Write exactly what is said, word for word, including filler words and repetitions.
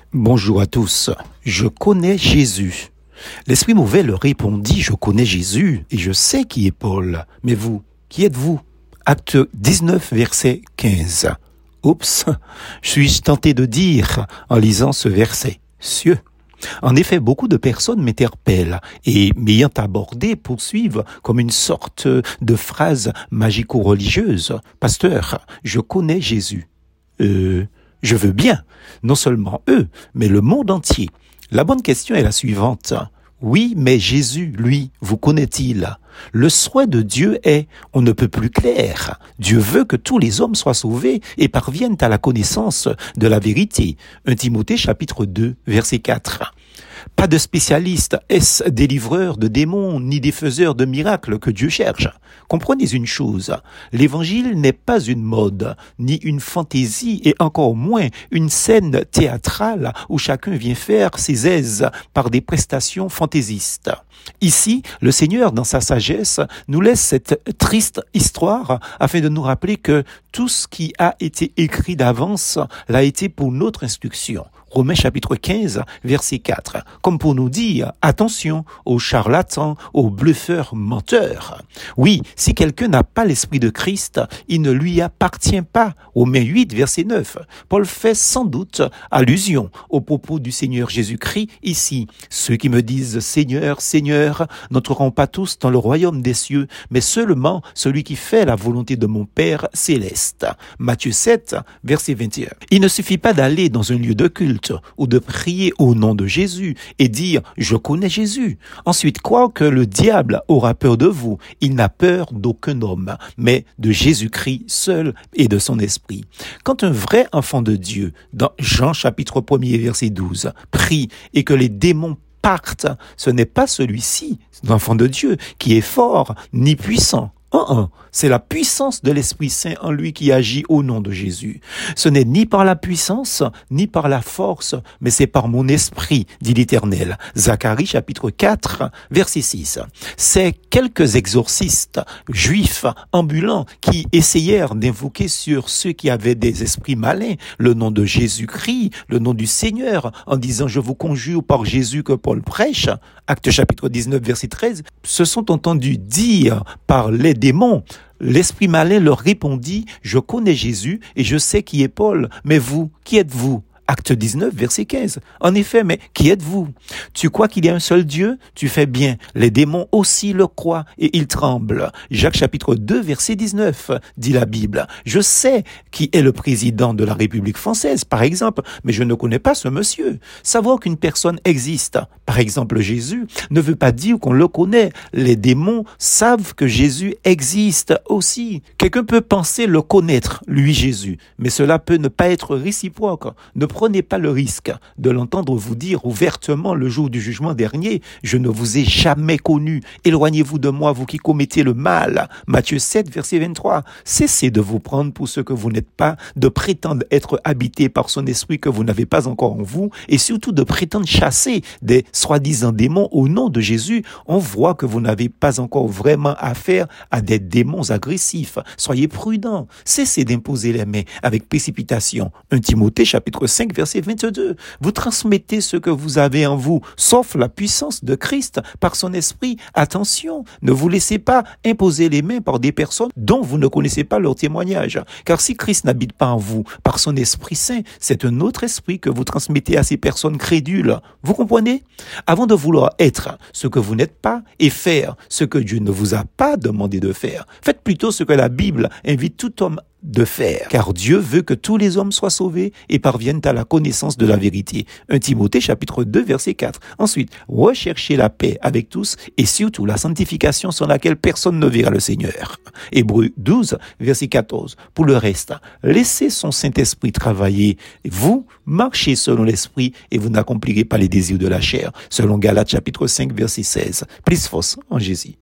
Bonjour à tous, je connais Jésus. L'esprit mauvais leur répondit, je connais Jésus et je sais qui est Paul. Mais vous, qui êtes-vous? Acte dix-neuf, verset quinze. Oups, suis-je tenté de dire en lisant ce verset? Cieux. En effet, beaucoup de personnes m'interpellent et, m'ayant abordé, poursuivent comme une sorte de phrase magico-religieuse. Pasteur, je connais Jésus. Euh... Je veux bien, non seulement eux, mais le monde entier. La bonne question est la suivante. Oui, mais Jésus, lui, vous connaît-il? Le souhait de Dieu est, on ne peut plus clair. Dieu veut que tous les hommes soient sauvés et parviennent à la connaissance de la vérité. premier Timothée chapitre deux, verset quatre. Pas de spécialistes, est-ce des livreurs de démons ni des faiseurs de miracles que Dieu cherche? Comprenez une chose, l'évangile n'est pas une mode, ni une fantaisie et encore moins une scène théâtrale où chacun vient faire ses aises par des prestations fantaisistes. Ici, le Seigneur, dans sa sagesse, nous laisse cette triste histoire afin de nous rappeler que tout ce qui a été écrit d'avance l'a été pour notre instruction. Romains chapitre quinze, verset quatre, comme pour nous dire, attention aux charlatans, aux bluffeurs menteurs. Oui, si quelqu'un n'a pas l'esprit de Christ, il ne lui appartient pas. Romains huit, verset neuf, Paul fait sans doute allusion aux propos du Seigneur Jésus-Christ ici. Ceux qui me disent Seigneur, Seigneur, n'entreront pas tous dans le royaume des cieux, mais seulement celui qui fait la volonté de mon Père céleste. Matthieu sept, verset vingt et un. Il ne suffit pas d'aller dans un lieu de culte ou de prier au nom de Jésus et dire « Je connais Jésus ». Ensuite, croire que le diable aura peur de vous. Il n'a peur d'aucun homme, mais de Jésus-Christ seul et de son esprit. Quand un vrai enfant de Dieu, dans Jean chapitre un, verset douze, prie et que les démons partent, ce n'est pas celui-ci, l'enfant de Dieu, qui est fort ni puissant. Un, un. C'est la puissance de l'Esprit Saint en lui qui agit au nom de Jésus. Ce n'est ni par la puissance, ni par la force, mais c'est par mon esprit, dit l'Éternel. Zacharie chapitre quatre, verset six. C'est quelques exorcistes juifs ambulants qui essayèrent d'invoquer sur ceux qui avaient des esprits malins le nom de Jésus-Christ, le nom du Seigneur, en disant « Je vous conjure par Jésus que Paul prêche ». Acte chapitre dix-neuf, verset treize. Se sont entendus dire par les démons. L'esprit malin leur répondit, je connais Jésus et je sais qui est Paul, mais vous, qui êtes-vous? Acte dix-neuf, verset quinze. En effet, mais qui êtes-vous? Tu crois qu'il y a un seul Dieu? Tu fais bien. Les démons aussi le croient et ils tremblent. Jacques chapitre deux, verset dix-neuf, dit la Bible. Je sais qui est le président de la République française, par exemple, mais je ne connais pas ce monsieur. Savoir qu'une personne existe, par exemple Jésus, ne veut pas dire qu'on le connaît. Les démons savent que Jésus existe aussi. Quelqu'un peut penser le connaître, lui Jésus, mais cela peut ne pas être réciproque. Ne prenez pas le risque de l'entendre vous dire ouvertement le jour du jugement dernier, je ne vous ai jamais connu. Éloignez-vous de moi, vous qui commettez le mal. Matthieu sept, verset vingt-trois. Cessez de vous prendre pour ce que vous n'êtes pas, de prétendre être habité par son esprit que vous n'avez pas encore en vous, et surtout de prétendre chasser des soi-disant démons au nom de Jésus. On voit que vous n'avez pas encore vraiment affaire à des démons agressifs. Soyez prudents. Cessez d'imposer les mains avec précipitation. premier Timothée chapitre cinq, verset vingt-deux. Vous transmettez ce que vous avez en vous, sauf la puissance de Christ par son esprit. Attention, ne vous laissez pas imposer les mains par des personnes dont vous ne connaissez pas leur témoignage. Car si Christ n'habite pas en vous par son Esprit Saint, c'est un autre esprit que vous transmettez à ces personnes crédules. Vous comprenez? Avant de vouloir être ce que vous n'êtes pas et faire ce que Dieu ne vous a pas demandé de faire, faites plutôt ce que la Bible invite tout homme de faire, car Dieu veut que tous les hommes soient sauvés et parviennent à la connaissance de la vérité. premier Timothée chapitre deux, verset quatre. Ensuite, recherchez la paix avec tous et surtout la sanctification sans laquelle personne ne verra le Seigneur. Hébreux douze, verset quatorze. Pour le reste, laissez son Saint-Esprit travailler. Vous, marchez selon l'Esprit et vous n'accomplirez pas les désirs de la chair. Selon Galates chapitre cinq, verset seize. Plus force en Jésus.